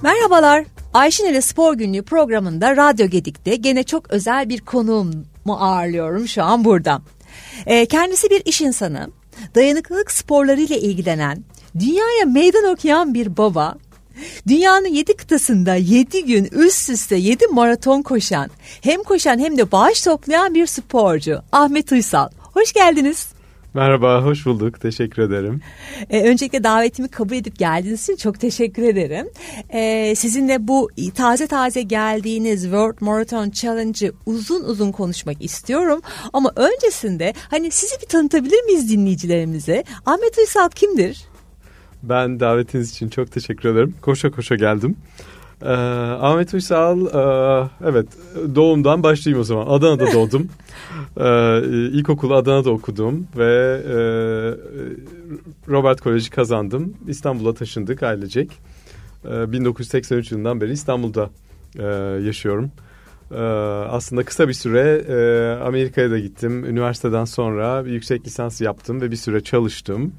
Merhabalar, Ayşin ile Spor Günlüğü programında Radyo Gedik'te gene çok özel bir konuğumu ağırlıyorum şu an burada. Kendisi bir iş insanı, dayanıklılık sporlarıyla ilgilenen, dünyaya meydan okuyan bir baba, dünyanın 7 kıtasında 7 gün üst üste 7 maraton koşan hem de bağış toplayan bir sporcu Ahmet Uysal. Hoş geldiniz. Merhaba, hoş bulduk. Teşekkür ederim. Öncelikle davetimi kabul edip geldiğiniz için çok teşekkür ederim. Sizinle bu taze geldiğiniz World Marathon Challenge'ı uzun konuşmak istiyorum. Ama öncesinde sizi bir tanıtabilir miyiz dinleyicilerimize? Ahmet Uysal kimdir? Ben davetiniz için çok teşekkür ederim. Koşa geldim. Ahmet Uysal, evet, doğumdan başlayayım o zaman. Adana'da doğdum. İlkokulu Adana'da okudum ve Robert Koleji kazandım. İstanbul'a taşındık ailecek. 1983 yılından beri İstanbul'da yaşıyorum. Aslında kısa bir süre Amerika'ya da gittim. Üniversiteden sonra bir yüksek lisans yaptım ve bir süre çalıştım.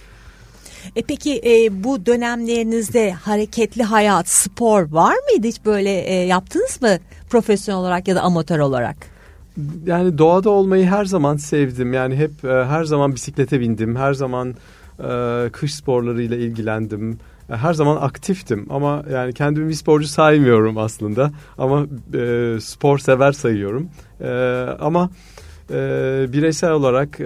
Peki bu dönemlerinizde hareketli hayat, spor var mıydı? Hiç böyle yaptınız mı profesyonel olarak ya da amatör olarak? Yani doğada olmayı her zaman sevdim. Yani hep her zaman bisiklete bindim. Her zaman kış sporlarıyla ilgilendim. Her zaman aktiftim ama yani kendimi bir sporcu saymıyorum aslında. Ama spor sever sayıyorum. Ama bireysel olarak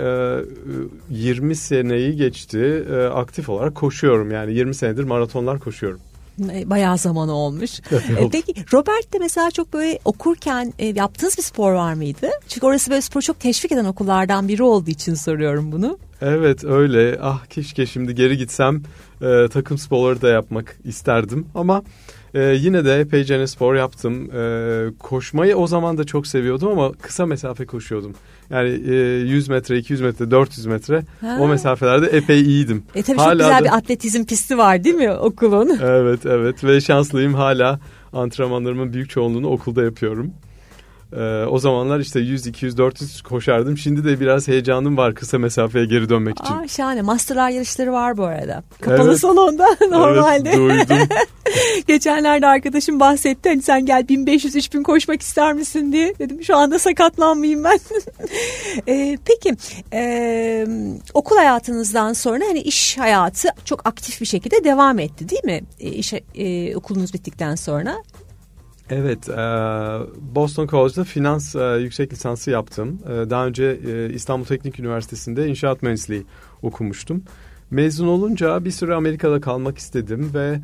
20 seneyi geçti, aktif olarak koşuyorum. Yani 20 senedir maratonlar koşuyorum. Bayağı zaman olmuş. Peki Robert'te mesela çok böyle okurken yaptığınız bir spor var mıydı? Çünkü orası böyle spor çok teşvik eden okullardan biri olduğu için soruyorum bunu. Evet öyle. Keşke şimdi geri gitsem takım sporları da yapmak isterdim. Ama yine de epeyce spor yaptım. Koşmayı o zaman da çok seviyordum ama kısa mesafe koşuyordum. Yani 100 metre, 200 metre, 400 metre o mesafelerde epey iyiydim. Tabii hala çok güzel bir atletizm pisti var değil mi okulun? Evet ve şanslıyım, hala antrenmanlarımın büyük çoğunluğunu okulda yapıyorum. O zamanlar işte 100, 200, 400 koşardım. Şimdi de biraz heyecanım var kısa mesafeye geri dönmek için. Şahane. Masterlar yarışları var bu arada. Kapalı salonda normalde. Evet, duydum. Geçenlerde arkadaşım bahsetti. Sen gel 1500-3000 koşmak ister misin diye. Dedim şu anda sakatlanmayayım ben. Peki okul hayatınızdan sonra iş hayatı çok aktif bir şekilde devam etti değil mi? Okulunuz bittikten sonra. Evet, Boston College'da finans yüksek lisansı yaptım. Daha önce İstanbul Teknik Üniversitesi'nde inşaat mühendisliği okumuştum. Mezun olunca bir süre Amerika'da kalmak istedim ve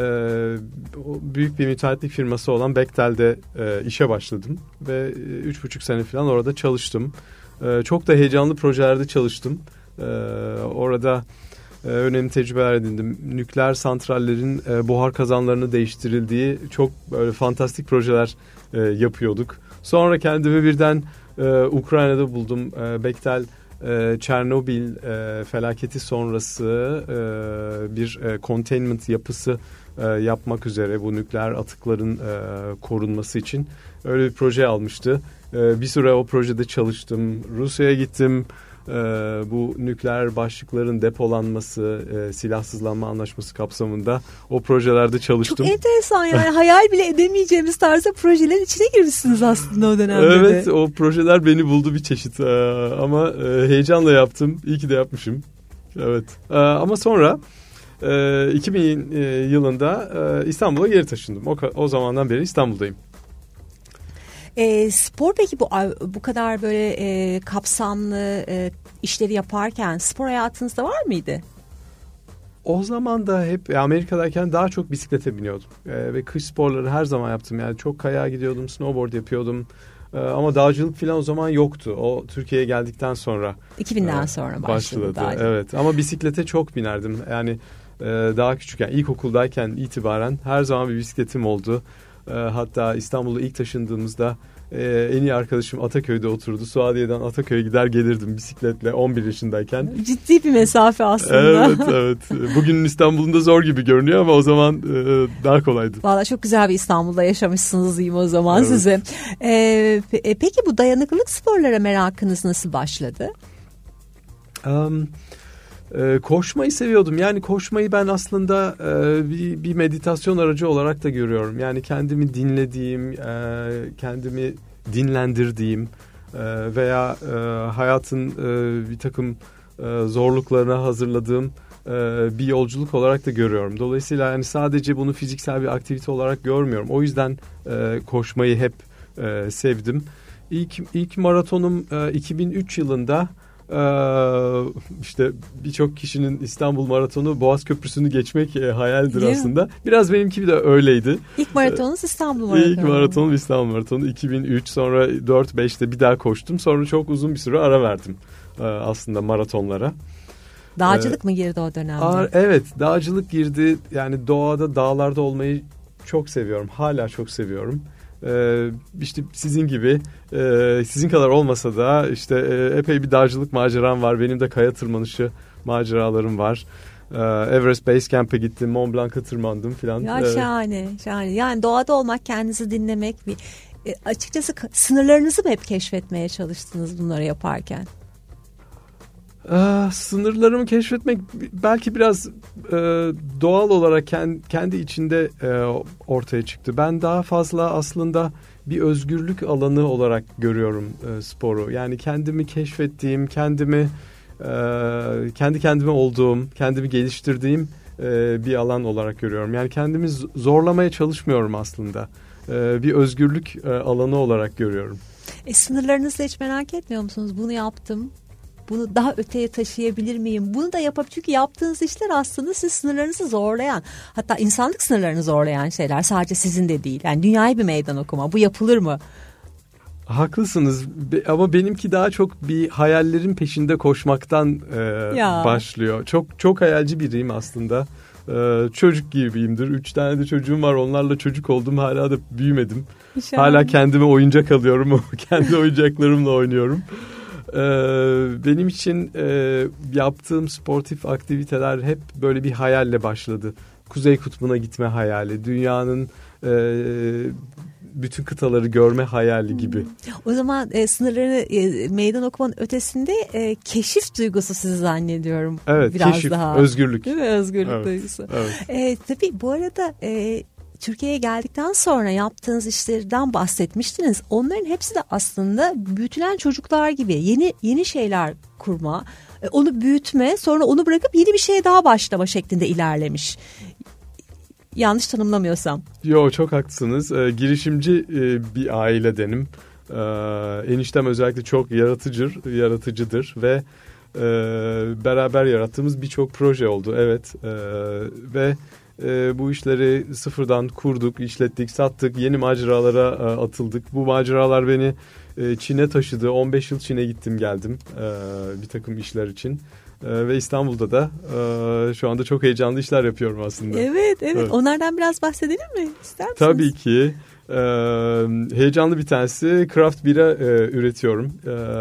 büyük bir müteahhitlik firması olan Bechtel'de işe başladım. Ve 3,5 sene falan orada çalıştım. Çok da heyecanlı projelerde çalıştım. Orada önemli tecrübeler edindim. Nükleer santrallerin buhar kazanlarını değiştirildiği çok böyle fantastik projeler yapıyorduk. Sonra kendimi birden Ukrayna'da buldum. Bechtel Çernobil felaketi sonrası bir containment yapısı yapmak üzere bu nükleer atıkların korunması için öyle bir proje almıştı. Bir süre o projede çalıştım. Rusya'ya gittim. Bu nükleer başlıkların depolanması, silahsızlanma anlaşması kapsamında o projelerde çalıştım. Çok enteresan yani hayal bile edemeyeceğimiz tarzda projelerin içine girmişsiniz aslında o dönemde. Evet, o projeler beni buldu bir çeşit ama heyecanla yaptım. İyi ki de yapmışım. Evet. Ama sonra 2000 yılında İstanbul'a geri taşındım. O zamandan beri İstanbul'dayım. Spor peki bu kadar böyle kapsamlı işleri yaparken spor hayatınızda var mıydı? O zaman da hep Amerika'dayken daha çok bisiklete biniyordum. Ve kış sporları her zaman yaptım. Yani çok kayağa gidiyordum, snowboard yapıyordum. Ama dağcılık falan o zaman yoktu. O Türkiye'ye geldikten sonra 2000'den sonra başladı. Evet, ama bisiklete çok binerdim. Yani daha küçükken, ilkokuldayken itibaren her zaman bir bisikletim oldu. Hatta İstanbul'a ilk taşındığımızda en iyi arkadaşım Ataköy'de oturdu. Suadiye'den Ataköy'e gider gelirdim bisikletle 11 yaşındayken. Ciddi bir mesafe aslında. Evet. Bugünün İstanbul'unda zor gibi görünüyor ama o zaman daha kolaydı. Vallahi çok güzel bir İstanbul'da yaşamışsınız diyeyim o zaman size. Peki bu dayanıklılık sporlara merakınız nasıl başladı? Koşmayı seviyordum. Yani koşmayı ben aslında bir meditasyon aracı olarak da görüyorum. Yani kendimi dinlediğim, kendimi dinlendirdiğim veya hayatın bir takım zorluklarına hazırladığım bir yolculuk olarak da görüyorum. Dolayısıyla yani sadece bunu fiziksel bir aktivite olarak görmüyorum. O yüzden koşmayı hep sevdim. İlk maratonum 2003 yılında. İşte birçok kişinin İstanbul Maratonu Boğaz Köprüsü'nü geçmek hayaldir aslında. Biraz benimki de öyleydi. İlk maratonunuz İstanbul Maratonu. İlk maratonum İstanbul Maratonu 2003, sonra 4-5'te bir daha koştum. Sonra çok uzun bir süre ara verdim aslında maratonlara. Dağcılık mı girdi o dönemde? Evet, dağcılık girdi. Yani doğada, dağlarda olmayı çok seviyorum. Hala çok seviyorum. İşte sizin gibi, sizin kadar olmasa da işte epey bir dağcılık maceram var. Benim de kaya tırmanışı maceralarım var. Everest Base Camp'e gittim, Mont Blanc'a tırmandım filan. Ya şahane. Yani doğada olmak, kendinizi dinlemek, açıkçası sınırlarınızı mı hep keşfetmeye çalıştınız bunları yaparken? Sınırlarımı keşfetmek belki biraz doğal olarak kendi içinde ortaya çıktı. Ben daha fazla aslında bir özgürlük alanı olarak görüyorum sporu. Yani kendimi keşfettiğim, kendi kendime olduğum, kendimi geliştirdiğim bir alan olarak görüyorum. Yani kendimi zorlamaya çalışmıyorum aslında. Bir özgürlük alanı olarak görüyorum. Sınırlarınızı hiç merak etmiyor musunuz? Bunu yaptım. Bunu daha öteye taşıyabilir miyim? Bunu da çünkü yaptığınız işler aslında siz sınırlarınızı zorlayan, hatta insanlık sınırlarını zorlayan şeyler. Sadece sizin de değil. Yani dünyaya bir meydan okuma. Bu yapılır mı? Haklısınız ama benimki daha çok bir hayallerin peşinde koşmaktan başlıyor. Çok hayalci biriyim aslında. Çocuk gibiyimdir. 3 tane de çocuğum var. Onlarla çocuk oldum. Hala da büyümedim. Hala kendime oyuncak alıyorum. Kendi oyuncaklarımla oynuyorum. Benim için yaptığım sportif aktiviteler hep böyle bir hayalle başladı. Kuzey Kutbu'na gitme hayali, dünyanın bütün kıtaları görme hayali gibi. O zaman sınırlarını meydan okumanın ötesinde keşif duygusu sizi zannediyorum. Evet, biraz keşif, daha. özgürlük. Değil mi? Özgürlük duygusu. Evet. Tabii bu arada Türkiye'ye geldikten sonra yaptığınız işlerden bahsetmiştiniz. Onların hepsi de aslında büyütülen çocuklar gibi yeni şeyler kurma, onu büyütme, sonra onu bırakıp yeni bir şeye daha başlama şeklinde ilerlemiş. Yanlış tanımlamıyorsam. Yo, çok haklısınız. Girişimci bir ailedenim. Eniştem özellikle çok yaratıcıdır ve beraber yarattığımız birçok proje oldu. Evet, ve bu işleri sıfırdan kurduk, işlettik, sattık, yeni maceralara atıldık. Bu maceralar beni Çin'e taşıdı. 15 yıl Çin'e gittim geldim bir takım işler için. Ve İstanbul'da da şu anda çok heyecanlı işler yapıyorum aslında. Evet. Onlardan biraz bahsedelim mi? İster misiniz? Tabii ki. Heyecanlı bir tanesi craft bira üretiyorum.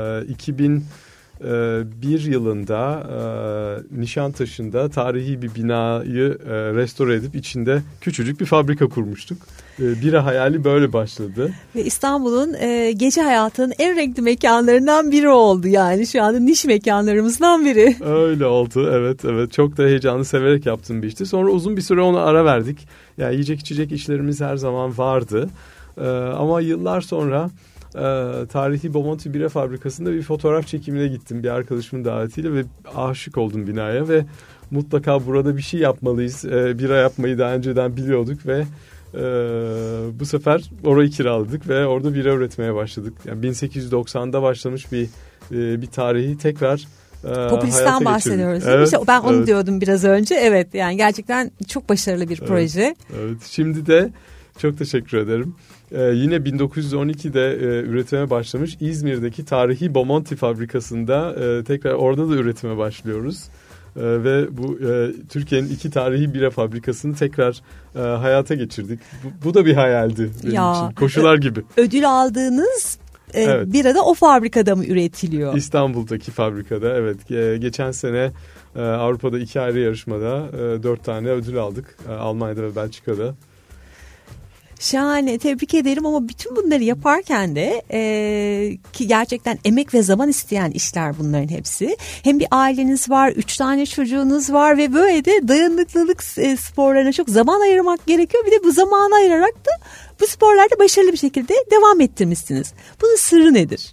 2001 yılında Nişantaşı'nda tarihi bir binayı restore edip içinde küçücük bir fabrika kurmuştuk. Bira hayali böyle başladı. Ve İstanbul'un gece hayatının en renkli mekanlarından biri oldu. Yani şu anda niş mekanlarımızdan biri. Öyle oldu, evet. Çok da heyecanlı, severek yaptığım bir işti. Sonra uzun bir süre ona ara verdik. Yani yiyecek içecek işlerimiz her zaman vardı. Ama yıllar sonra tarihi Bomonti Bira Fabrikası'nda bir fotoğraf çekimine gittim bir arkadaşımın davetiyle ve aşık oldum binaya ve mutlaka burada bir şey yapmalıyız. Bira yapmayı daha önceden biliyorduk ve bu sefer orayı kiraladık ve orada bira üretmeye başladık. Yani 1890'da başlamış bir tarihi tekrar Popülist'ten bahsediyoruz. Evet, işte ben onu diyordum biraz önce. Evet, yani gerçekten çok başarılı bir proje. Evet. Şimdi de çok teşekkür ederim. Yine 1912'de üretime başlamış İzmir'deki tarihi Bomonti fabrikasında tekrar orada da üretime başlıyoruz. Ve bu Türkiye'nin 2 tarihi bira fabrikasını tekrar hayata geçirdik. Bu da bir hayaldi benim için. Koşular gibi. Ödül aldığınız bira da o fabrikada mı üretiliyor? İstanbul'daki fabrikada, evet. Geçen sene Avrupa'da 2 ayrı yarışmada 4 tane ödül aldık. Almanya'da ve Belçika'da. Şahane, tebrik ederim ama bütün bunları yaparken de ki gerçekten emek ve zaman isteyen işler bunların hepsi. Hem bir aileniz var, 3 tane çocuğunuz var ve böyle de dayanıklılık sporlarına çok zaman ayırmak gerekiyor. Bir de bu zamanı ayırarak da bu sporlarda başarılı bir şekilde devam ettirmişsiniz. Bunun sırrı nedir?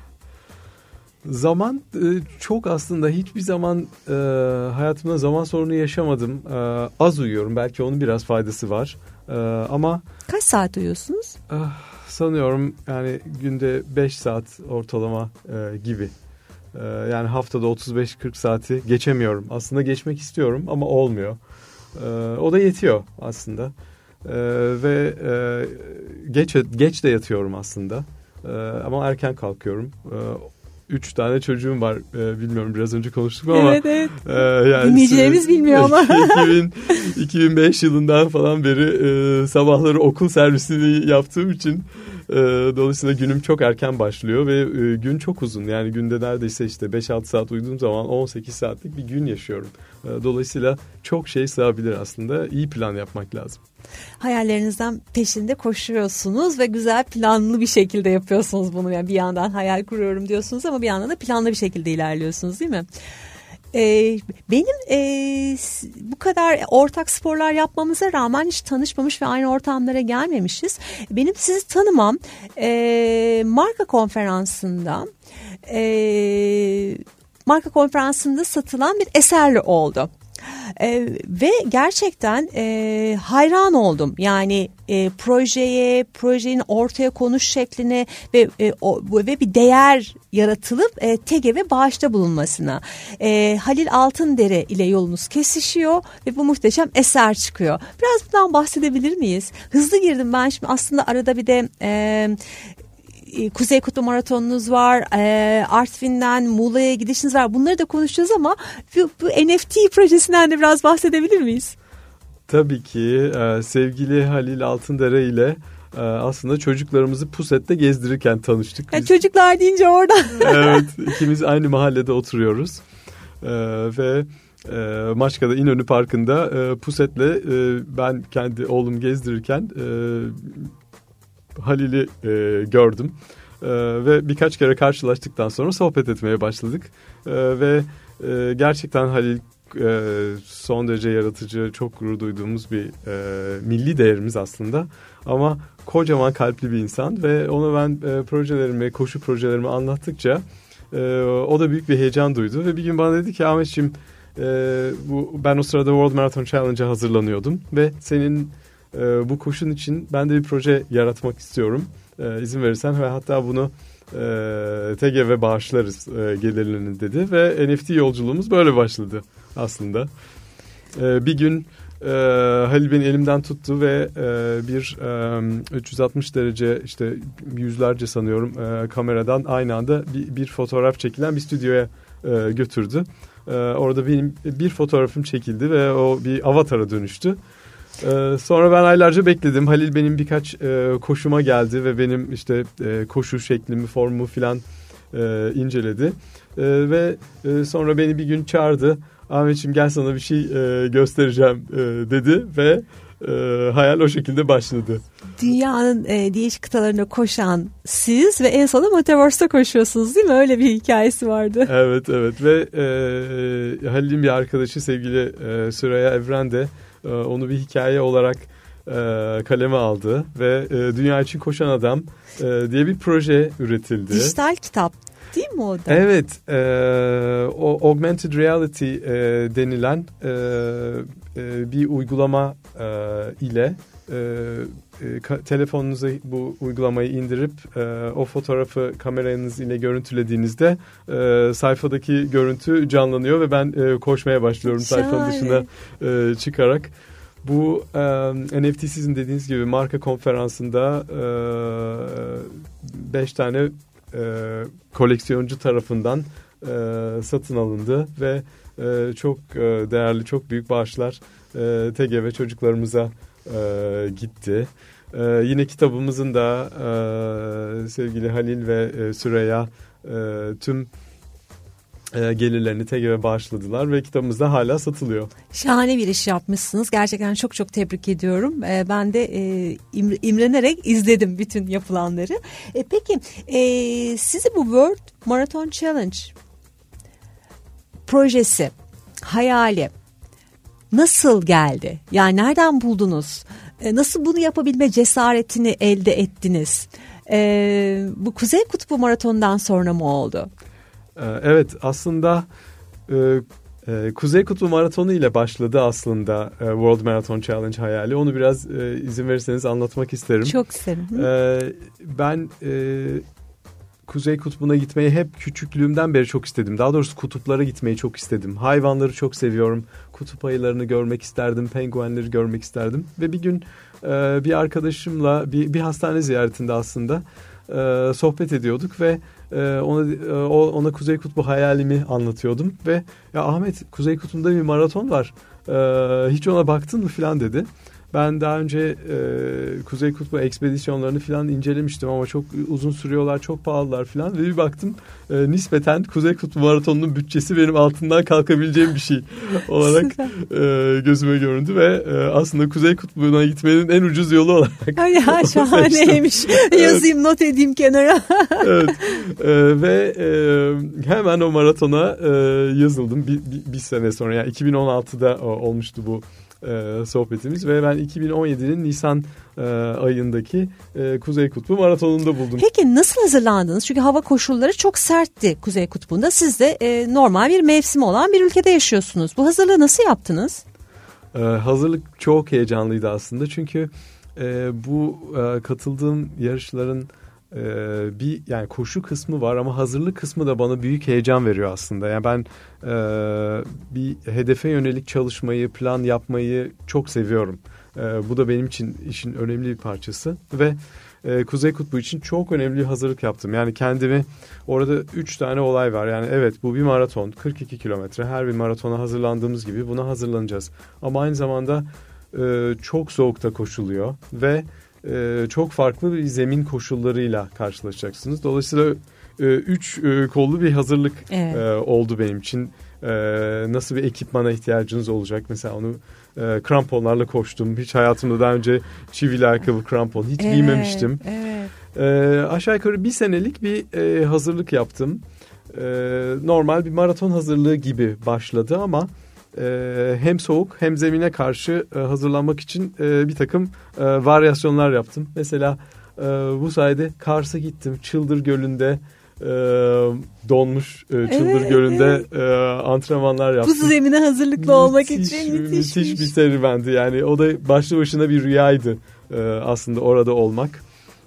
Zaman çok aslında hiçbir zaman hayatımda zaman sorunu yaşamadım. Az uyuyorum, belki onun biraz faydası var. Ama kaç saat uyuyorsunuz? Sanıyorum yani günde 5 saat ortalama gibi. Yani haftada 35-40 saati geçemiyorum. Aslında geçmek istiyorum ama olmuyor. O da yetiyor aslında. Ve geç de yatıyorum aslında. Ama erken kalkıyorum. 3 tane çocuğum var. Bilmiyorum, biraz önce konuştuk ama. Evet. Yani dinleyicilerimiz bilmiyor ama. 2005 yılından falan beri sabahları okul servisini yaptığım için dolayısıyla günüm çok erken başlıyor ve gün çok uzun. Yani günde neredeyse işte 5-6 saat uyuduğum zaman 18 saatlik bir gün yaşıyorum. Dolayısıyla çok şey sığabilir aslında. İyi plan yapmak lazım. Hayallerinizden peşinde koşuyorsunuz ve güzel planlı bir şekilde yapıyorsunuz bunu. Yani bir yandan hayal kuruyorum diyorsunuz ama bir yandan da planlı bir şekilde ilerliyorsunuz, değil mi? Benim bu kadar ortak sporlar yapmamıza rağmen hiç tanışmamış ve aynı ortamlara gelmemişiz. Benim sizi tanımam marka konferansında satılan bir eserle oldu. Ve gerçekten hayran oldum. Yani projenin ortaya konuş şekline ve bir değer yaratılıp TEG'e ve bağışta bulunmasına. Halil Altındere ile yolunuz kesişiyor ve bu muhteşem eser çıkıyor. Biraz bundan bahsedebilir miyiz? Hızlı girdim ben şimdi, aslında arada bir de Kuzey Kutbu Maratonunuz var, Artvin'den Muğla'ya gidişiniz var. Bunları da konuşacağız ama bu NFT projesinden de biraz bahsedebilir miyiz? Tabii ki. Sevgili Halil Altındere ile aslında çocuklarımızı Pusat'ta gezdirirken tanıştık. Yani çocuklar deyince orada. Evet, ikimiz aynı mahallede oturuyoruz. Ve Maçka'da İnönü Parkı'nda Pusat'le ben kendi oğlum gezdirirken Halil'i gördüm ve birkaç kere karşılaştıktan sonra sohbet etmeye başladık ve gerçekten Halil son derece yaratıcı, çok gurur duyduğumuz bir milli değerimiz aslında, ama kocaman kalpli bir insan ve ona ben projelerimi, koşu projelerimi anlattıkça o da büyük bir heyecan duydu ve bir gün bana dedi ki, Ahmetciğim, ben o sırada World Marathon Challenge'a hazırlanıyordum ve senin bu koşun için ben de bir proje yaratmak istiyorum. İzin verirsen ve hatta bunu TEG'e bağışlarız gelirlerini dedi ve NFT yolculuğumuz böyle başladı aslında. Bir gün Halil beni elimden tuttu ve bir 360 derece, işte yüzlerce sanıyorum kameradan aynı anda bir fotoğraf çekilen bir stüdyoya götürdü. Orada benim bir fotoğrafım çekildi ve o bir avatara dönüştü. Sonra ben aylarca bekledim. Halil benim birkaç koşuma geldi ve benim işte koşu şeklimi, formumu filan inceledi. Ve sonra beni bir gün çağırdı. Ahmetciğim, gel sana bir şey göstereceğim dedi ve hayal o şekilde başladı. Dünyanın değişik kıtalarına koşan siz ve en sonunda Metaverse'de koşuyorsunuz, değil mi? Öyle bir hikayesi vardı. Evet ve Halil'in bir arkadaşı sevgili Süreyya Evren de onu bir hikaye olarak kaleme aldı ve Dünya için Koşan Adam diye bir proje üretildi. Dijital kitap değil mi o da? Evet, o augmented reality denilen bir uygulama ile telefonunuza bu uygulamayı indirip o fotoğrafı kameranız ile görüntülediğinizde sayfadaki görüntü canlanıyor ve ben koşmaya başlıyorum sayfanın dışına çıkarak. Bu NFT sizin dediğiniz gibi marka konferansında 5 tane koleksiyoncu tarafından satın alındı ve çok değerli, çok büyük bağışlar TEG'e ve çocuklarımıza gitti. Yine kitabımızın da sevgili Halil ve Süreyya tüm gelirlerini TGV'ye bağışladılar ve kitabımız da hala satılıyor. Şahane bir iş yapmışsınız. Gerçekten çok çok tebrik ediyorum. Ben de imrenerek izledim bütün yapılanları. Peki sizi bu World Marathon Challenge projesi, hayali nasıl geldi? Yani nereden buldunuz? Nasıl bunu yapabilme cesaretini elde ettiniz? Bu Kuzey Kutbu Maratonu'ndan sonra mı oldu? Evet, aslında Kuzey Kutbu Maratonu ile başladı aslında World Marathon Challenge hayali. Onu biraz izin verirseniz anlatmak isterim. Çok isterim. Ben Kuzey Kutbu'na gitmeyi hep küçüklüğümden beri çok istedim. Daha doğrusu kutuplara gitmeyi çok istedim. Hayvanları çok seviyorum. Kutup ayılarını görmek isterdim. Penguenleri görmek isterdim. Ve bir gün bir arkadaşımla bir hastane ziyaretinde aslında sohbet ediyorduk ve ona Kuzey Kutbu hayalimi anlatıyordum ve ya Ahmet, Kuzey Kutbu'nda bir maraton var, hiç ona baktın mı falan dedi. Ben daha önce Kuzey Kutbu ekspedisyonlarını falan incelemiştim ama çok uzun sürüyorlar, çok pahalılar falan ve bir baktım nispeten Kuzey Kutbu Maratonu'nun bütçesi benim altından kalkabileceğim bir şey olarak gözüme göründü ve aslında Kuzey Kutbu'na gitmenin en ucuz yolu olarak. Ya şahaneymiş. Yazayım, not edeyim kenara. Evet. Ve hemen o maratona yazıldım bir sene sonra, yani 2016'da olmuştu bu sohbetimiz ve ben 2017'nin Nisan ayındaki Kuzey Kutbu Maratonu'nda buldum. Peki nasıl hazırlandınız? Çünkü hava koşulları çok sertti Kuzey Kutbu'nda. Siz de normal bir mevsimi olan bir ülkede yaşıyorsunuz. Bu hazırlığı nasıl yaptınız? Hazırlık çok heyecanlıydı aslında. Çünkü bu katıldığım yarışların yani koşu kısmı var ama hazırlık kısmı da bana büyük heyecan veriyor aslında. Yani ben bir hedefe yönelik çalışmayı, plan yapmayı çok seviyorum. Bu da benim için işin önemli bir parçası ve Kuzey Kutbu için çok önemli bir hazırlık yaptım. Yani kendimi orada 3 tane olay var. Yani evet, bu bir maraton, 42 kilometre. Her bir maratona hazırlandığımız gibi buna hazırlanacağız. Ama aynı zamanda çok soğukta koşuluyor ve çok farklı bir zemin koşullarıyla karşılaşacaksınız. Dolayısıyla 3 kollu bir hazırlık oldu benim için. Nasıl bir ekipmana ihtiyacınız olacak? Mesela onu kramponlarla koştum. Hiç hayatımda daha önce çivili ayakkabı, krampon hiç giymemiştim. Evet. Aşağı yukarı bir senelik bir hazırlık yaptım. Normal bir maraton hazırlığı gibi başladı ama hem soğuk hem zemine karşı hazırlanmak için bir takım varyasyonlar yaptım. Mesela bu sayede Kars'a gittim. Çıldır Gölü'nde donmuş Çıldır Gölü'nde antrenmanlar yaptım. Bu zemine hazırlıklı olmak için müthiş bir serüvendi. Yani o da başlı başına bir rüyaydı aslında orada olmak.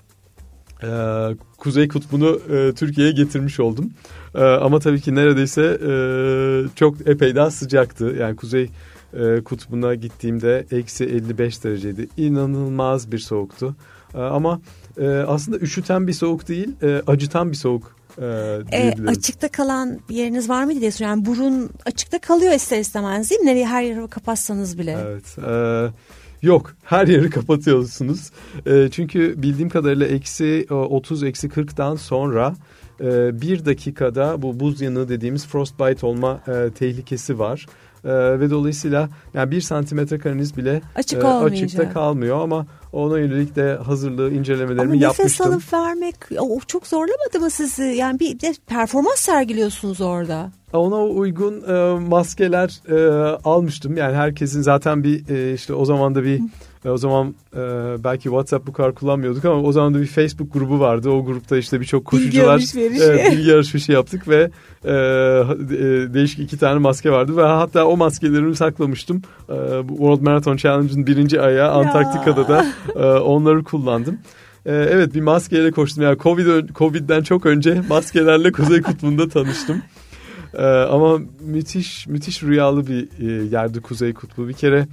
Kuzey Kutbu'nu Türkiye'ye getirmiş oldum. Ama tabii ki neredeyse çok epey daha sıcaktı. Yani Kuzey Kutbu'na gittiğimde eksi 55 dereceydi. İnanılmaz bir soğuktu. Ama aslında üşüten bir soğuk değil, acıtan bir soğuk diyebiliriz. Açıkta kalan bir yeriniz var mıydı diye soruyorum. Yani burun açıkta kalıyor ister istemez değil mi? Nereye, her yeri kapatsanız bile. Evet. Yok, her yeri kapatıyorsunuz. Çünkü bildiğim kadarıyla eksi 30, eksi 40'dan sonra bir dakikada bu buz yanığı dediğimiz frostbite olma tehlikesi var. Ve dolayısıyla yani 1 santimetre kareniz bile açıkta kalmıyor ama ona yönelik de hazırlığı, incelemelerimi yapmıştım. Ama nefes alıp vermek çok zorlamadı mı sizi? Yani bir de performans sergiliyorsunuz orada. Ona uygun maskeler almıştım. Yani herkesin zaten bir işte o zaman da bir o zaman belki WhatsApp bu kadar kullanmıyorduk ama o zaman da bir Facebook grubu vardı. O grupta işte birçok koşucular bilgi alışverişi yaptık ve değişik 2 tane maske vardı ve hatta o maskelerimi saklamıştım. World Marathon Challenge'ın 1. ayağı Antarktika'da da onları kullandım. Evet, bir maskeyle koştum. Yani Covid'den çok önce maskelerle Kuzey Kutbu'nda tanıştım. Ama müthiş rüyalı bir yerdi Kuzey Kutbu. Bir kere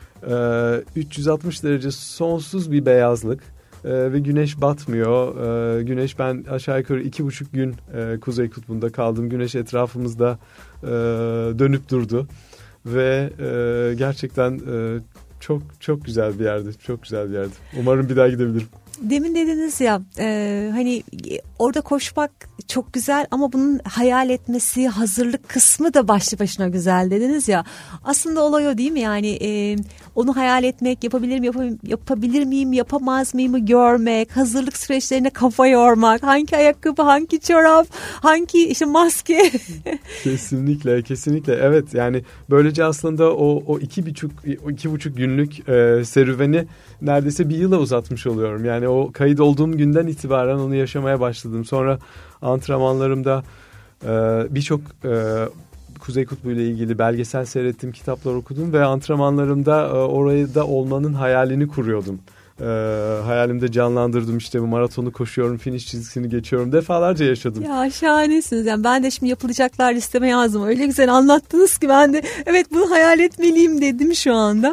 360 derece sonsuz bir beyazlık ve güneş batmıyor. Ben aşağı yukarı 2,5 gün Kuzey Kutbu'nda kaldım. Güneş etrafımızda dönüp durdu ve gerçekten çok güzel bir yerdi. Çok güzel bir yerdi. Umarım bir daha gidebilirim. demin dediniz ya hani orada koşmak çok güzel ama bunun hayal etmesi, hazırlık kısmı da başlı başına güzel dediniz ya. Aslında olay o değil mi? Yani onu hayal etmek, yapabilir miyim, yapamaz mıyım görmek, hazırlık süreçlerine kafa yormak, hangi ayakkabı, hangi çorap, hangi işte maske. Kesinlikle. Evet, yani böylece aslında o 2,5 günlük serüveni neredeyse bir yıla uzatmış oluyorum. Yani o kayıt olduğum günden itibaren onu yaşamaya başladım. Sonra antrenmanlarımda birçok Kuzey Kutbu ile ilgili belgesel seyrettim, kitaplar okudum ve antrenmanlarımda orada olmanın hayalini kuruyordum. Hayalimde canlandırdım, işte bu maratonu koşuyorum, finish çizgisini geçiyorum, defalarca yaşadım. Ya şahanesiniz. Yani ben de şimdi yapılacaklar listeme yazdım. Öyle güzel anlattınız ki ben de evet bunu hayal etmeliyim dedim şu anda.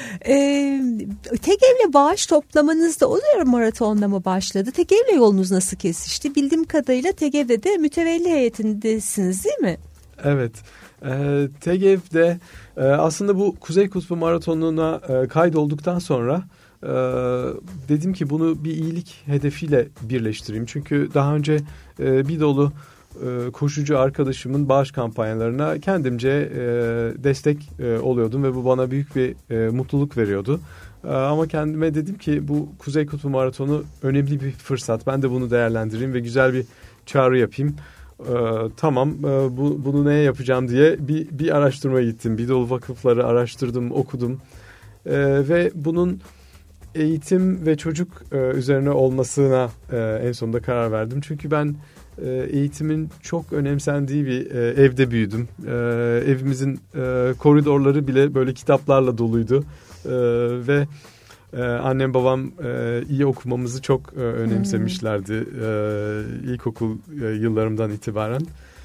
TEGEV'le bağış toplamanız da oluyor, maratonla mı başladı? TEGEV'le yolunuz nasıl kesişti? Bildiğim kadarıyla TEGEV'de de mütevelli heyetindesiniz değil mi? Evet. TEGEV'de aslında bu Kuzey Kutbu Maratonu'na kaydolduktan sonra dedim ki bunu bir iyilik hedefiyle birleştireyim. Çünkü daha önce bir dolu koşucu arkadaşımın bağış kampanyalarına kendimce destek oluyordum ve bu bana büyük bir mutluluk veriyordu. Ama kendime dedim ki bu Kuzey Kutbu Maratonu önemli bir fırsat. Ben de bunu değerlendireyim ve güzel bir çağrı yapayım. Tamam, bunu neye yapacağım diye bir araştırmaya gittim. Bir dolu vakıfları araştırdım, okudum ve bunun eğitim ve çocuk üzerine olmasına en sonunda karar verdim. Çünkü ben eğitimin çok önemsendiği bir evde büyüdüm. Evimizin koridorları bile böyle kitaplarla doluydu ve annem babam iyi okumamızı çok önemsemişlerdi ilkokul yıllarımdan itibaren.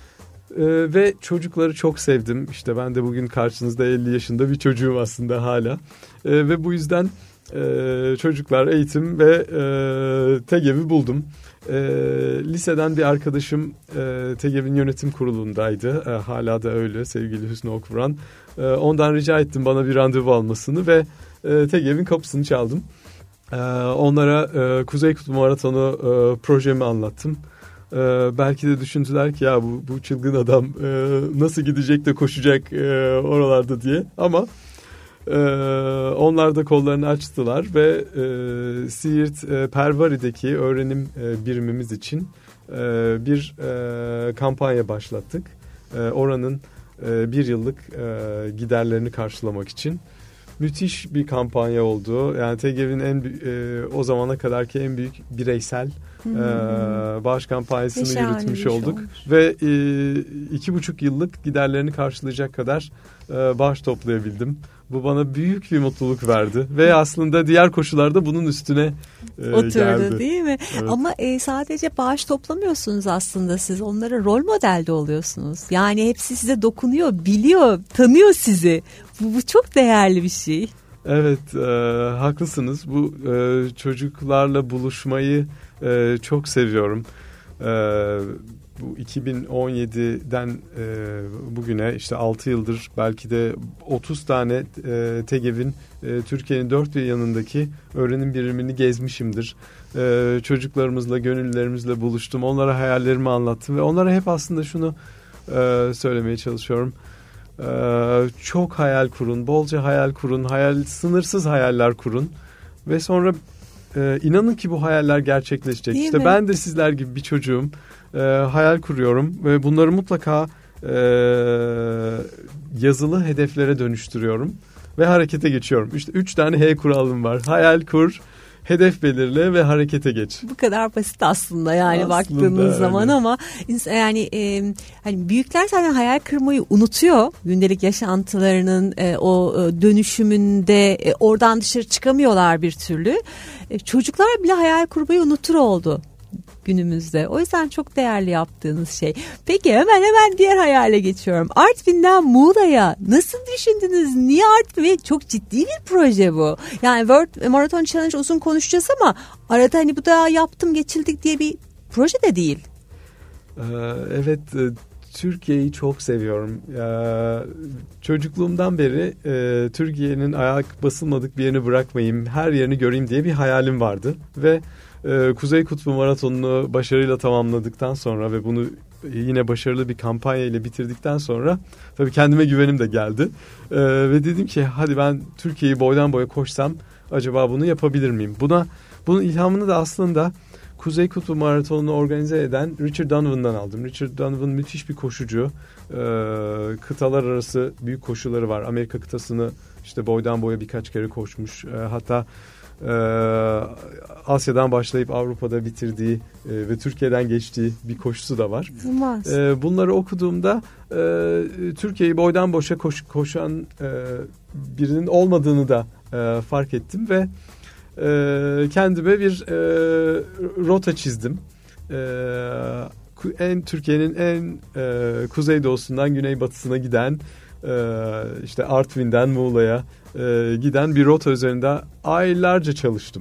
Ve çocukları çok sevdim. İşte ben de bugün karşınızda 50 yaşında bir çocuğum aslında hala. Ve bu yüzden çocuklar, eğitim ve TEGEV'i buldum. Liseden bir arkadaşım TEGEV'in yönetim kurulundaydı. Hala da öyle, sevgili Hüsnü Okvuran. Ondan rica ettim bana bir randevu almasını ve TEGEV'in kapısını çaldım. Onlara Kuzey Kutbu Maratonu projemi anlattım. Belki de düşündüler ki ya bu çılgın adam nasıl gidecek de koşacak oralarda diye. Ama onlar da kollarını açtılar ve Siirt Pervari'deki öğrenim birimimiz için bir kampanya başlattık. Oranın bir yıllık giderlerini karşılamak için. Müthiş bir kampanya oldu. Yani TEGEV'in o zamana kadarki en büyük bireysel bağış kampanyasını yürütmüş olduk. Ve 2,5 yıllık giderlerini karşılayacak kadar bağış toplayabildim. Bu bana büyük bir mutluluk verdi. Ve aslında diğer koşularda bunun üstüne oturdu geldi. Değil mi? Evet. Ama sadece bağış toplamıyorsunuz aslında siz. Onlara rol model de oluyorsunuz. Yani hepsi size dokunuyor, biliyor, tanıyor sizi. Bu çok değerli bir şey. Evet, haklısınız. Bu çocuklarla buluşmayı çok seviyorum. Bu 2017'den bugüne işte 6 yıldır belki de 30 tane TEGEV'in Türkiye'nin dört bir yanındaki öğrenim birimini gezmişimdir. Çocuklarımızla, gönüllülerimizle buluştum. Onlara hayallerimi anlattım ve onlara hep aslında şunu söylemeye çalışıyorum. Çok hayal kurun, bolca hayal kurun, sınırsız hayaller kurun ve sonra inanın ki bu hayaller gerçekleşecek. Değil işte mi? Ben de sizler gibi bir çocuğum. Hayal kuruyorum ve bunları mutlaka yazılı hedeflere dönüştürüyorum ve harekete geçiyorum. İşte 3 tane H kuralım var. Hayal kur, hedef belirle ve harekete geç. Bu kadar basit aslında yani aslında baktığınız öyle. Zaman ama yani hani büyükler zaten hayal kırmayı unutuyor. Gündelik yaşantılarının o dönüşümünde oradan dışarı çıkamıyorlar bir türlü. Çocuklar bile hayal kurmayı unutur oldu günümüzde. O yüzden çok değerli yaptığınız şey. Peki hemen diğer hayale geçiyorum. Artvin'den Muğla'ya nasıl düşündünüz? Niye Artvin? Çok ciddi bir proje bu. Yani World Marathon Challenge uzun konuşacağız ama arada hani bu da yaptım geçildik diye bir proje de değil. Evet, Türkiye'yi çok seviyorum. Çocukluğumdan beri Türkiye'nin ayak basılmadık bir yerini bırakmayayım, her yerini göreyim diye bir hayalim vardı. Ve Kuzey Kutbu Maratonu'nu başarıyla tamamladıktan sonra ve bunu yine başarılı bir kampanya ile bitirdikten sonra tabii kendime güvenim de geldi. Ve dedim ki hadi ben Türkiye'yi boydan boya koşsam acaba bunu yapabilir miyim? Bunun ilhamını da aslında Kuzey Kutbu Maratonu'nu organize eden Richard Donovan'dan aldım. Richard Donovan müthiş bir koşucu. Kıtalar arası büyük koşuları var. Amerika kıtasını işte boydan boya birkaç kere koşmuş. Hatta Asya'dan başlayıp Avrupa'da bitirdiği ve Türkiye'den geçtiği bir koşusu da var. Bunları okuduğumda Türkiye'yi boydan boşa koşan birinin olmadığını da fark ettim ve kendime bir rota çizdim. Türkiye'nin en kuzeydoğusundan güneybatısına giden işte Artvin'den Muğla'ya giden bir rota üzerinde aylarca çalıştım.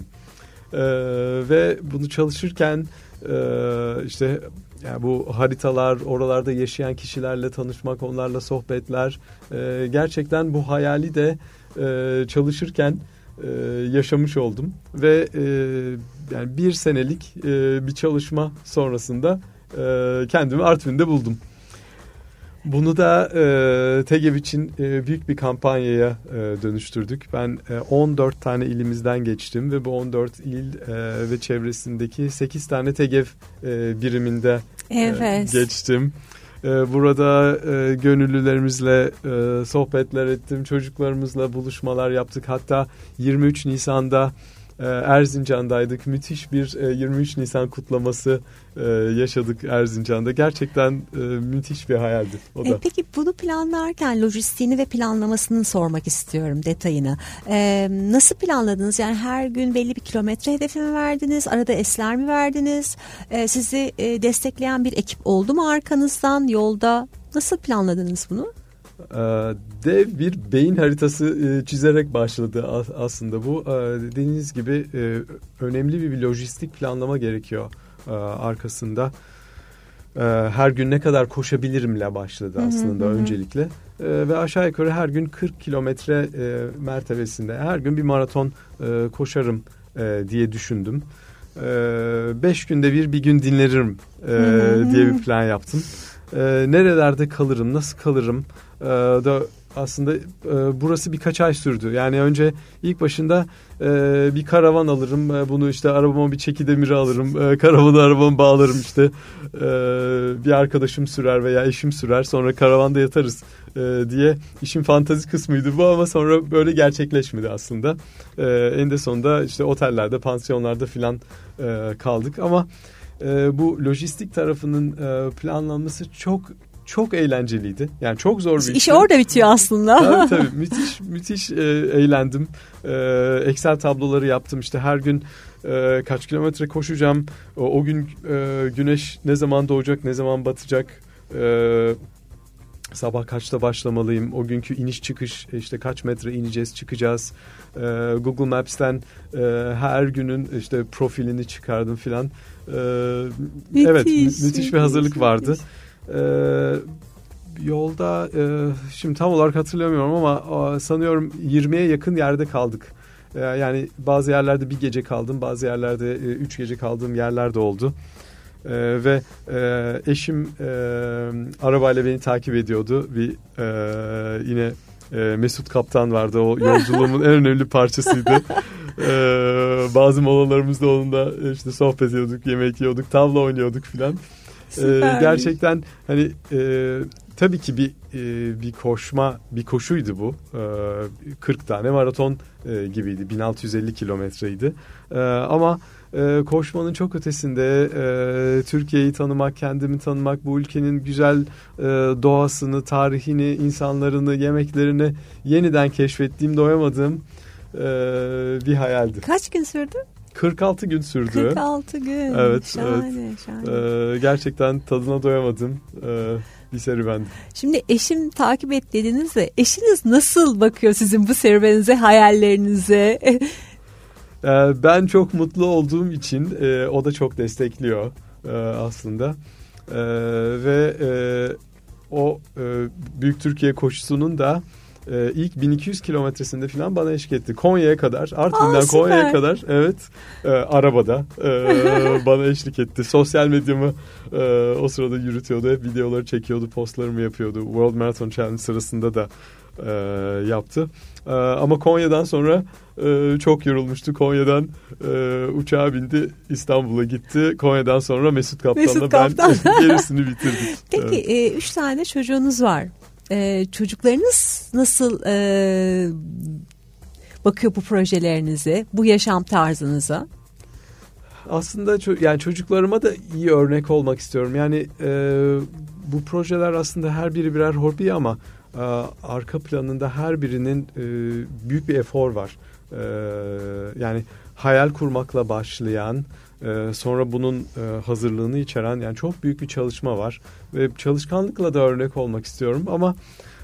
Ve bunu çalışırken işte yani bu haritalar, oralarda yaşayan kişilerle tanışmak, onlarla sohbetler, gerçekten bu hayali de çalışırken yaşamış oldum ve yani bir senelik bir çalışma sonrasında kendimi Artvin'de buldum. Bunu da TEGEV için büyük bir kampanyaya dönüştürdük. Ben 14 tane ilimizden geçtim ve bu 14 il ve çevresindeki 8 tane TEGEV biriminde geçtim. Burada gönüllülerimizle sohbetler ettim, çocuklarımızla buluşmalar yaptık. Hatta 23 Nisan'da Erzincan'daydık. Müthiş bir 23 Nisan kutlaması yaşadık Erzincan'da. Gerçekten müthiş bir hayaldi o da. Peki bunu planlarken lojistiğini ve planlamasını sormak istiyorum, detayını. Nasıl planladınız? Yani her gün belli bir kilometre hedefi mi verdiniz? Arada esler mi verdiniz? Sizi destekleyen bir ekip oldu mu arkanızdan yolda? Nasıl planladınız bunu? Dev bir beyin haritası çizerek başladı aslında bu. Dediğiniz gibi önemli bir lojistik planlama gerekiyor arkasında. Her gün ne kadar koşabilirimle başladı aslında öncelikle. Ve aşağı yukarı her gün 40 kilometre mertebesinde her gün bir maraton koşarım diye düşündüm. 5 günde bir gün dinlenirim diye bir plan yaptım. Nerelerde kalırım, nasıl kalırım da aslında burası birkaç ay sürdü. Yani önce ilk başında bir karavan alırım. Bunu işte arabama bir çekidemiri alırım. Karavanı arabama bağlarım işte. Bir arkadaşım sürer veya eşim sürer. Sonra karavanda yatarız diye işin fantazi kısmıydı bu ama sonra böyle gerçekleşmedi aslında. Eninde sonunda işte otellerde, pansiyonlarda filan kaldık ama bu lojistik tarafının planlanması çok eğlenceliydi. Yani çok zor bir işti. İş orada bitiyor aslında. Tabii müthiş eğlendim. Excel tabloları yaptım. İşte her gün kaç kilometre koşacağım. O gün güneş ne zaman doğacak, ne zaman batacak. Sabah kaçta başlamalıyım? O günkü iniş çıkış işte kaç metre ineceğiz, çıkacağız. Google Maps'ten her günün işte profilini çıkardım filan. Evet, müthiş bir hazırlık vardı. Yolda şimdi tam olarak hatırlamıyorum ama sanıyorum 20'ye yakın yerde kaldık. Yani bazı yerlerde bir gece kaldım, bazı yerlerde 3 gece kaldığım yerler de oldu. Ve eşim arabayla beni takip ediyordu. Yine Mesut Kaptan vardı. O yolculuğumun en önemli parçasıydı. Bazı molalarımızda onunla işte sohbet ediyorduk, yemek yiyorduk, tavla oynuyorduk filan. Gerçekten hani tabii ki bir koşuydu bu. 40 tane maraton gibiydi. 1650 kilometreydi. Ama koşmanın çok ötesinde Türkiye'yi tanımak, kendimi tanımak, bu ülkenin güzel doğasını, tarihini, insanlarını, yemeklerini yeniden keşfettiğim, doyamadığım bir hayaldi. Kaç gün sürdü? 46 gün sürdü. 46 gün. Evet. Şahane. Gerçekten tadına doyamadım bir serüvendi. Şimdi eşim takip et dediniz de eşiniz nasıl bakıyor sizin bu serüveninize, hayallerinize? Ben çok mutlu olduğum için o da çok destekliyor aslında. Ve o Büyük Türkiye koşusunun da ilk 1200 kilometresinde falan bana eşlik etti. Konya'ya kadar, Artvin'den Konya'ya kadar, evet, arabada bana eşlik etti. Sosyal medyamı o sırada yürütüyordu. Hep videoları çekiyordu, postlarımı yapıyordu. World Marathon Challenge sırasında da yaptı. Ama Konya'dan sonra çok yorulmuştu. Konya'dan uçağa bindi, İstanbul'a gitti. Konya'dan sonra Mesut Kaptan'la ben gerisini bitirdik. Peki evet. 3 tane çocuğunuz var. Çocuklarınız nasıl bakıyor bu projelerinize, bu yaşam tarzınıza? Aslında yani çocuklarıma da iyi örnek olmak istiyorum. Yani bu projeler aslında her biri birer hobi ama arka planında her birinin büyük bir efor var. Yani hayal kurmakla başlayan, sonra bunun hazırlığını içeren yani çok büyük bir çalışma var. Ve çalışkanlıkla da örnek olmak istiyorum ama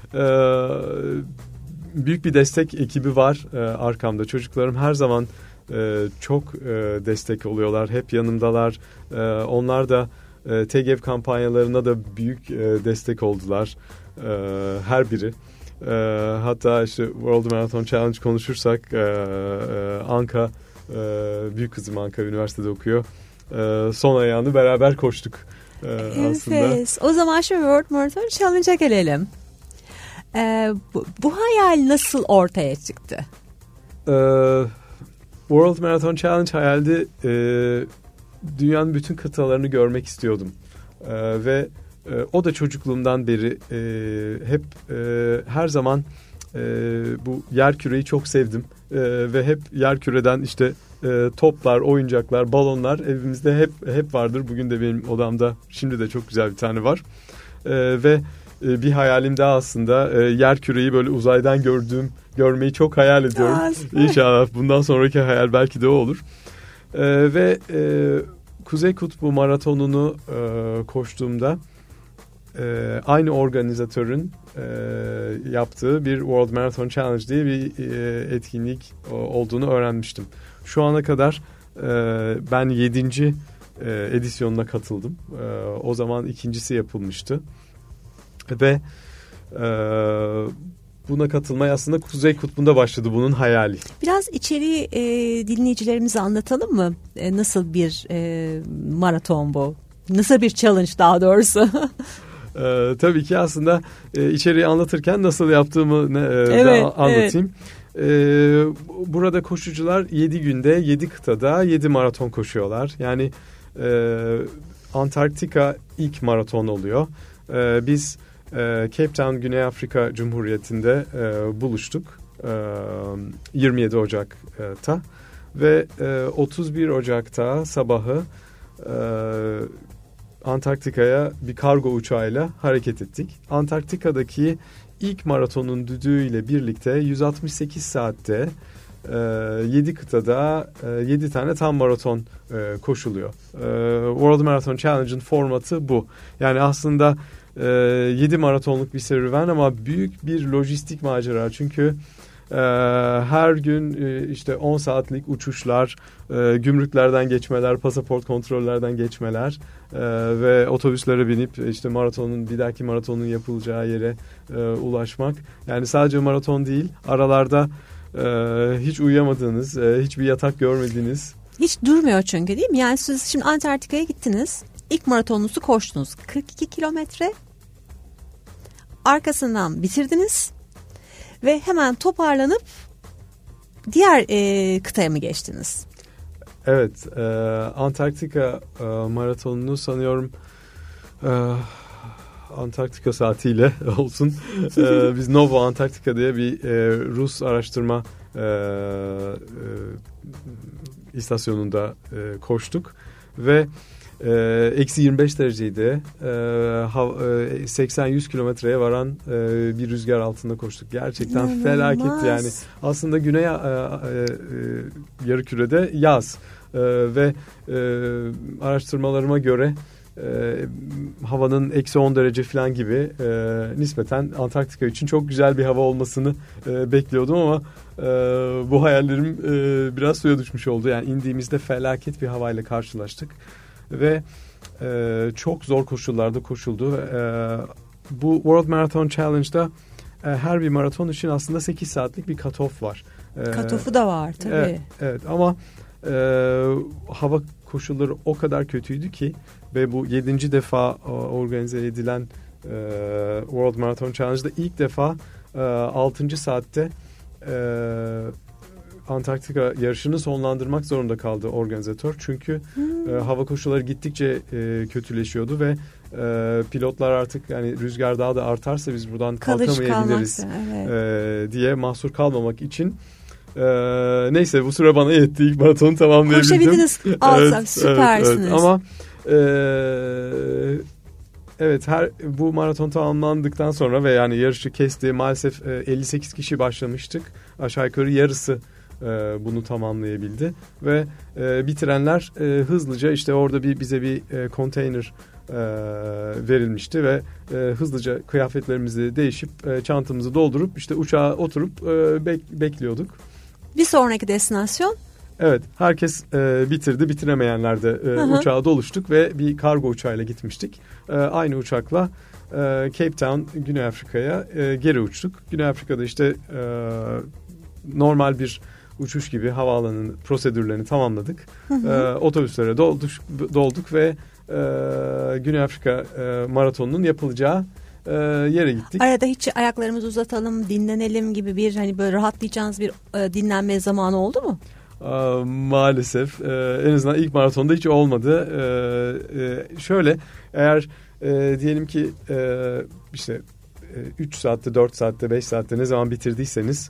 büyük bir destek ekibi var arkamda. Çocuklarım her zaman çok destek oluyorlar. Hep yanımdalar. Onlar da TGV kampanyalarına da büyük destek oldular. Her biri. Hatta işte World Marathon Challenge konuşursak Anka, büyük kızım Anka üniversitede okuyor. Son ayağını beraber koştuk aslında. Evet. O zaman şimdi World Marathon Challenge'a gelelim. Bu hayal nasıl ortaya çıktı? World Marathon Challenge hayaldi. Dünyanın bütün kıtalarını görmek istiyordum. Ve o da çocukluğumdan beri hep her zaman bu yerküreyi çok sevdim. Ve hep yerküreden işte toplar, oyuncaklar, balonlar evimizde hep vardır. Bugün de benim odamda şimdi de çok güzel bir tane var. Ve bir hayalim daha aslında yerküreyi böyle uzaydan görmeyi çok hayal ediyorum. İnşallah bundan sonraki hayal belki de o olur. Ve Kuzey Kutbu Maratonu'nu koştuğumda aynı organizatörün yaptığı bir World Marathon Challenge diye bir etkinlik olduğunu öğrenmiştim. Şu ana kadar ben 7. edisyonuna katıldım. O zaman ikincisi yapılmıştı. Ve buna katılmaya aslında Kuzey Kutbu'nda başladı bunun hayali. Biraz içeriği dinleyicilerimize anlatalım mı? Nasıl bir maraton bu? Nasıl bir challenge daha doğrusu? Tabii ki aslında içeriği anlatırken nasıl yaptığımı anlatayım. Evet. Burada koşucular 7 günde 7 kıtada 7 maraton koşuyorlar. Yani Antarktika ilk maraton oluyor. Biz Cape Town, Güney Afrika Cumhuriyeti'nde buluştuk 27 Ocak'ta ve 31 Ocak'ta sabahı Antarktika'ya bir kargo uçağıyla hareket ettik. Antarktika'daki ilk maratonun düdüğüyle birlikte 168 saatte 7 kıtada 7 tane tam maraton koşuluyor. World Marathon Challenge'ın formatı bu. Yani aslında 7 maratonluk bir serüven ama büyük bir lojistik macera. Çünkü her gün işte 10 saatlik uçuşlar, gümrüklerden geçmeler, pasaport kontrollerden geçmeler ve otobüslere binip işte bir dahaki maratonun yapılacağı yere ulaşmak. Yani sadece maraton değil, aralarda hiç uyuyamadığınız, hiçbir yatak görmediğiniz. Hiç durmuyor çünkü, değil mi? Yani siz şimdi Antarktika'ya gittiniz. İlk maratonunuzu koştunuz. 42 kilometre. Arkasından bitirdiniz. Ve hemen toparlanıp diğer kıtaya mı geçtiniz? Evet. Antarktika maratonunu sanıyorum Antarktika saatiyle olsun. Biz Novo Antarktika diye bir Rus araştırma istasyonunda koştuk. Ve eksi 25 dereceydi. 80-100 kilometreye varan bir rüzgar altında koştuk. Gerçekten felaketti yani. Aslında güney yarımkürede yaz ve araştırmalarıma göre havanın eksi 10 derece falan gibi nispeten Antarktika için çok güzel bir hava olmasını bekliyordum ama bu hayallerim biraz suya düşmüş oldu. Yani indiğimizde felaket bir havayla karşılaştık ve çok zor koşullarda koşuldu. bu World Marathon Challenge'da her bir maraton için aslında 8 saatlik bir cut-off var. Cut-off'u da var tabii. Evet ama hava koşulları o kadar kötüydü ki ve bu 7. defa organize edilen World Marathon Challenge'da ilk defa 6. saatte Antarktika yarışını sonlandırmak zorunda kaldı organizatör. Çünkü hava koşulları gittikçe kötüleşiyordu ve pilotlar artık yani rüzgar daha da artarsa biz buradan kalkamayabiliriz diye mahsur kalmamak için neyse bu süre bana yetti. İlk maratonu tamamlayabildim. Koşabildiniz. Evet, süpersiniz. Evet. Ama evet bu maraton tamamlandıktan sonra ve yani yarışı kesti. Maalesef 58 kişi başlamıştık. Aşağı yukarı yarısı bunu tamamlayabildi ve bitirenler hızlıca işte orada bize bir konteyner verilmişti ve hızlıca kıyafetlerimizi değişip çantamızı doldurup işte uçağa oturup bekliyorduk. Bir sonraki destinasyon? Evet, herkes bitirdi. Bitiremeyenler de uçağa doluştuk ve bir kargo uçağıyla gitmiştik. Aynı uçakla Cape Town, Güney Afrika'ya geri uçtuk. Güney Afrika'da işte normal bir uçuş gibi havaalanının prosedürlerini tamamladık. Otobüslere dolduk ve Güney Afrika maratonunun yapılacağı yere gittik. Arada hiç ayaklarımızı uzatalım, dinlenelim gibi bir hani böyle rahatlayacağınız bir dinlenme zamanı oldu mu? Maalesef en azından ilk maratonda hiç olmadı. Şöyle eğer diyelim ki işte 3 saatte, 4 saatte, 5 saatte ne zaman bitirdiyseniz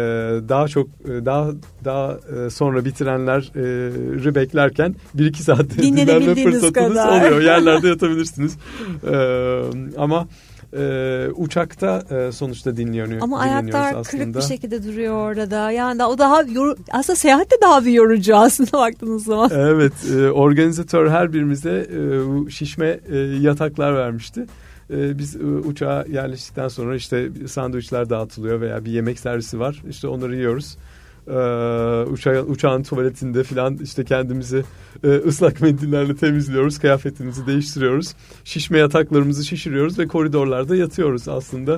daha sonra bitirenleri beklerken 1-2 saatte dinlenme fırsatınız oluyor. Yerlerde yatabilirsiniz. Ama uçakta sonuçta dinleniyoruz. Ama ayaklar kırık bir şekilde duruyor orada da. Yani o daha aslında seyahat de daha bir yorucu aslında baktığınız zaman. Evet, organizatör her birimize şişme yataklar vermişti. Biz uçağa yerleştikten sonra işte sandviçler dağıtılıyor veya bir yemek servisi var. İşte onları yiyoruz. Uçağın tuvaletinde falan işte kendimizi ıslak mendillerle temizliyoruz. Kıyafetimizi değiştiriyoruz. Şişme yataklarımızı şişiriyoruz ve koridorlarda yatıyoruz aslında.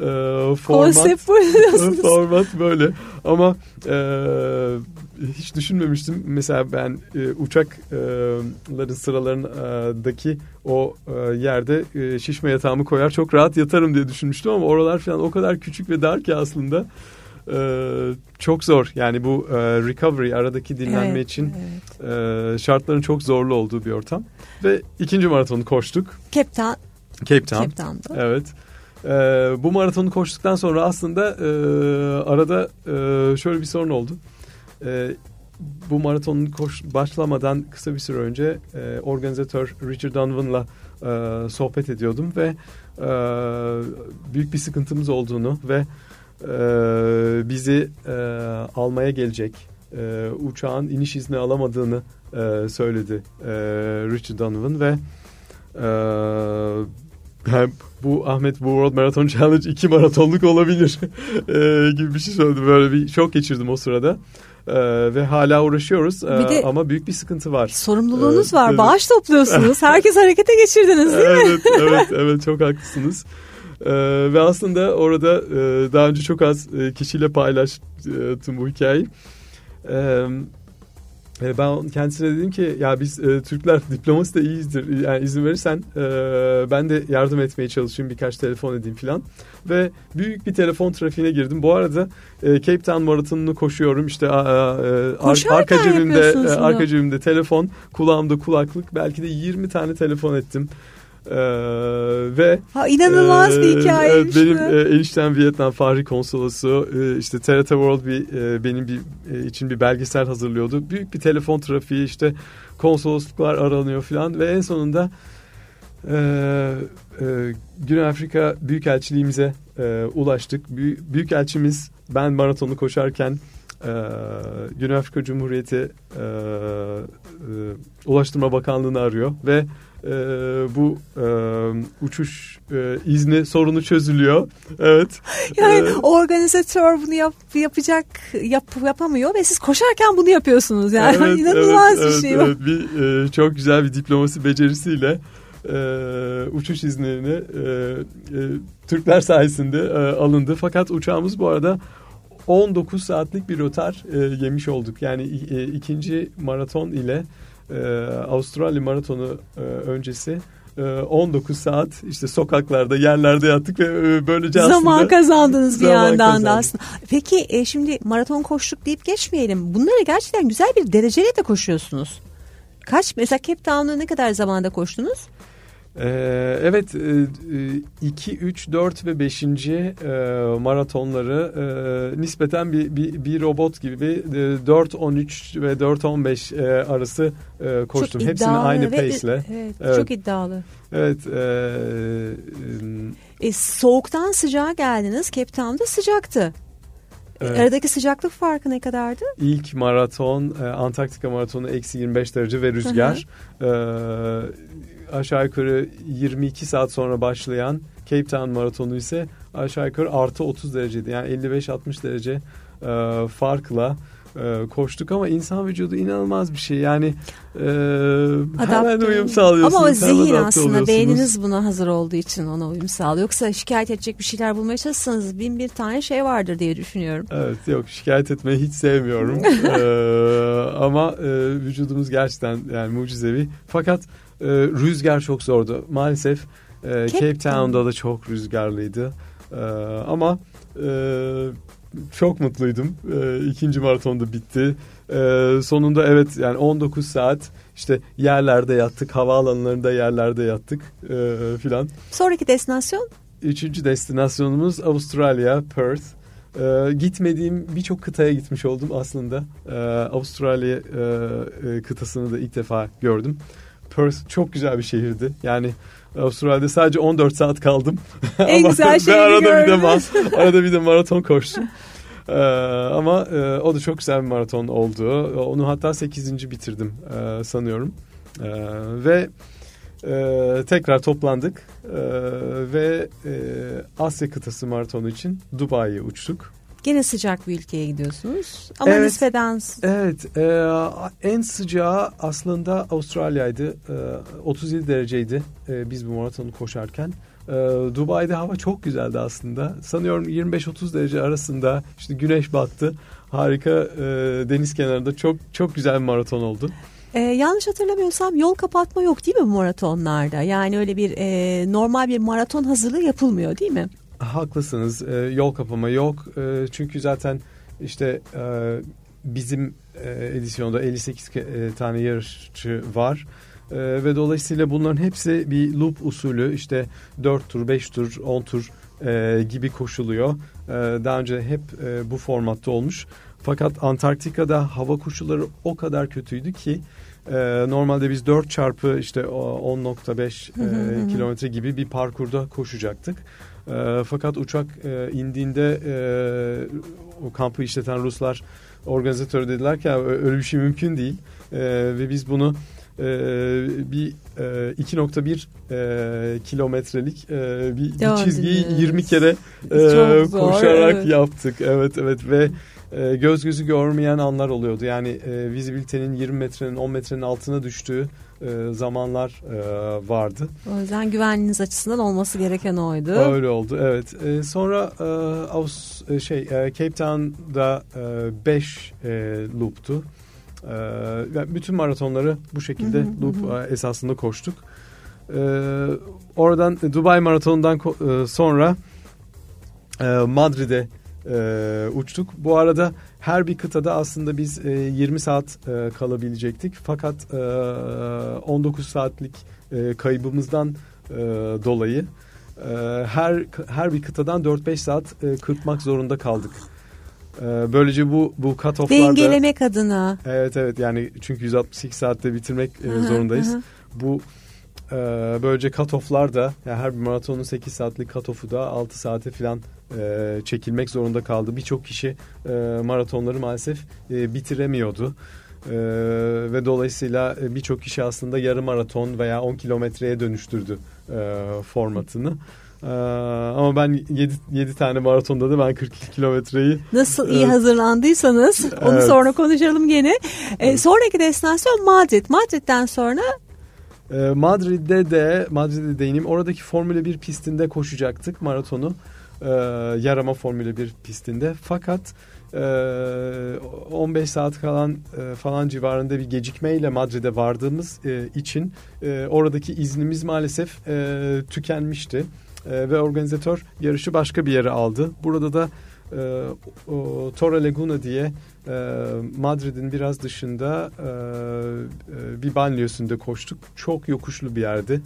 Format böyle. Ama hiç düşünmemiştim. Mesela ben uçakların sıralarındaki o yerde şişme yatağımı koyar çok rahat yatarım diye düşünmüştüm ama oralar falan o kadar küçük ve dar ki aslında çok zor. Yani bu recovery, aradaki dinlenme için şartların çok zorlu olduğu bir ortam. Ve ikinci maratonu koştuk. Cape Town'da. Evet. Bu maratonu koştuktan sonra aslında arada şöyle bir sorun oldu. Bu maratonun başlamadan kısa bir süre önce organizatör Richard Donovan'la sohbet ediyordum ve büyük bir sıkıntımız olduğunu ve bizi almaya gelecek uçağın iniş izni alamadığını söyledi Richard Donovan ve bu Ahmet bu World Marathon Challenge 2 maratonluk olabilir gibi bir şey söyledi. Böyle bir şok geçirdim o sırada. Ve hala uğraşıyoruz ama büyük bir sıkıntı var. Sorumluluğunuz var. Bağış topluyorsunuz. Herkes harekete geçirdiniz değil mi? Evet çok haklısınız. Ve aslında orada daha önce çok az kişiyle paylaştım bu hikayeyi. Ben kendisine dedim ki ya biz Türkler diplomasi de iyiyizdir. Yani izin verirsen ben de yardım etmeye çalışayım, birkaç telefon edeyim falan. Ve büyük bir telefon trafiğine girdim. Bu arada Cape Town maratonunu koşuyorum. İşte arka cebimde telefon, kulağımda kulaklık. Belki de 20 tane telefon ettim. Ve inanılmaz bir hikayeymiş. Benim eniştem Vietnam Fahri Konsolosu işte TRT World benim için bir belgesel hazırlıyordu. Büyük bir telefon trafiği, işte konsolosluklar aranıyor falan ve en sonunda Güney Afrika Büyükelçiliğimize ulaştık. Büyükelçimiz ben maratonu koşarken Güney Afrika Cumhuriyeti Ulaştırma Bakanlığı'nı arıyor ve bu uçuş izni sorunu çözülüyor. Evet. Yani organizatör bunu yapamıyor ve siz koşarken bunu yapıyorsunuz. Yani inanılmaz bir şey. Evet. Çok güzel bir diplomasi becerisiyle uçuş iznini Türkler sayesinde alındı. Fakat uçağımız bu arada 19 saatlik bir rötar yemiş olduk. Yani ikinci maraton ile Avustralya maratonu öncesi 19 saat işte sokaklarda, yerlerde yattık ve böylece aslında zaman kazandınız bir yandan kazandık. da aslında. Peki şimdi maraton koştuk deyip geçmeyelim. Bunları gerçekten güzel bir dereceyle de koşuyorsunuz. Mesela Cape Town'da ne kadar zamanda koştunuz? Evet, 2, 3, 4 ve 5. maratonları nispeten bir robot gibi 4-13 ve 4-15 arası koştum. Hepsini aynı pace'le. Evet, çok iddialı. Evet. Soğuktan sıcağa geldiniz. Cape Town'da sıcaktı. Evet. Aradaki sıcaklık farkı ne kadardı? İlk maraton Antarktika maratonu -25 derece ve rüzgar. Aşağı yukarı 22 saat sonra başlayan Cape Town maratonu ise aşağı yukarı +30 dereceydi. Yani 55-60 derece farkla koştuk ama insan vücudu inanılmaz bir şey. Yani hemen uyum sağlıyorsunuz. Ama o zihin aslında, beyniniz buna hazır olduğu için ona uyum sağlıyor. Yoksa şikayet edecek bir şeyler bulmaya çalışsanız 1001 tane şey vardır diye düşünüyorum. Evet, yok, şikayet etmeyi hiç sevmiyorum. Ama vücudumuz gerçekten yani mucizevi. Fakat rüzgar çok zordu. Maalesef Cape Town'da da çok rüzgarlıydı. Ama çok mutluydum. İkinci maratonda bitti. Sonunda evet, yani 19 saat işte yerlerde yattık. Havaalanlarında yerlerde yattık filan. Sonraki destinasyon? Üçüncü destinasyonumuz Avustralya, Perth. Gitmediğim birçok kıtaya gitmiş oldum aslında. Avustralya kıtasını da ilk defa gördüm. Perth çok güzel bir şehirdi. Yani Avustralya'da sadece 14 saat kaldım. En güzel şehri gördünüz. Arada bir de maraton koştum. Ama o da çok güzel bir maraton oldu. Onu hatta 8. bitirdim sanıyorum. Ve tekrar toplandık ve Asya kıtası maratonu için Dubai'ye uçtuk. Gene sıcak bir ülkeye gidiyorsunuz ama evet, nispeten... Evet, en sıcağı aslında Avustralya'ydı. 37 dereceydi biz bu maratonu koşarken. Dubai'de hava çok güzeldi aslında. Sanıyorum 25-30 derece arasında işte güneş battı. Harika, deniz kenarında çok güzel bir maraton oldu. Yanlış hatırlamıyorsam yol kapatma yok değil mi bu maratonlarda? Yani öyle bir normal bir maraton hazırlığı yapılmıyor değil mi? Haklısınız. Yol kapama yok. Çünkü zaten işte bizim edisyonda 58 tane yarışçı var. Ve dolayısıyla bunların hepsi bir loop usulü, işte 4 tur, 5 tur, 10 tur gibi koşuluyor. Daha önce hep bu formatta olmuş. Fakat Antarktika'da hava koşulları o kadar kötüydü ki normalde biz 4 çarpı işte 10.5 kilometre gibi bir parkurda koşacaktık. Fakat uçak indiğinde o kampı işleten Ruslar, organizatörü dediler ki öyle bir şey mümkün değil. Ve biz bunu bir 2.1 kilometrelik bir çizgiyi 20 kere koşarak yaptık. Evet ve göz gözü görmeyen anlar oluyordu. Yani vizibilitenin 20 metrenin 10 metrenin altına düştüğü zamanlar vardı. O yüzden güvenliğiniz açısından olması gereken oydu. Öyle oldu, evet. Sonra Cape Town'da 5 loop'tu. Bütün maratonları bu şekilde loop esasında koştuk. Oradan Dubai maratonundan sonra Madrid'e uçtuk. Bu arada her bir kıtada aslında biz 20 saat kalabilecektik. Fakat 19 saatlik kaybımızdan dolayı her bir kıtadan 4-5 saat kırpmak zorunda kaldık. Böylece bu cut-off'larda... Dengelemek adına. Evet, yani çünkü 168 saatte bitirmek zorundayız. Bu böylece cut-off'lar da, yani her bir maratonun 8 saatlik cut-off'u da 6 saate falan çekilmek zorunda kaldı. Birçok kişi maratonları maalesef bitiremiyordu. Ve dolayısıyla birçok kişi aslında yarım maraton veya 10 kilometreye dönüştürdü formatını. Ama ben 7 tane maratonda da ben 42 kilometreyi... Nasıl iyi hazırlandıysanız onu sonra konuşalım gene. Sonraki destinasyon Madrid. Madrid'den sonra... Madrid'de değineyim. Oradaki Formula 1 pistinde koşacaktık maratonu. Yarama Formula 1 pistinde. Fakat 15 saat falan civarında bir gecikmeyle Madrid'e vardığımız için oradaki iznimiz maalesef tükenmişti. Ve organizatör yarışı başka bir yere aldı. Burada da Torre Laguna diye Madrid'in biraz dışında bir banliyösünde koştuk. Çok yokuşlu bir yerdi.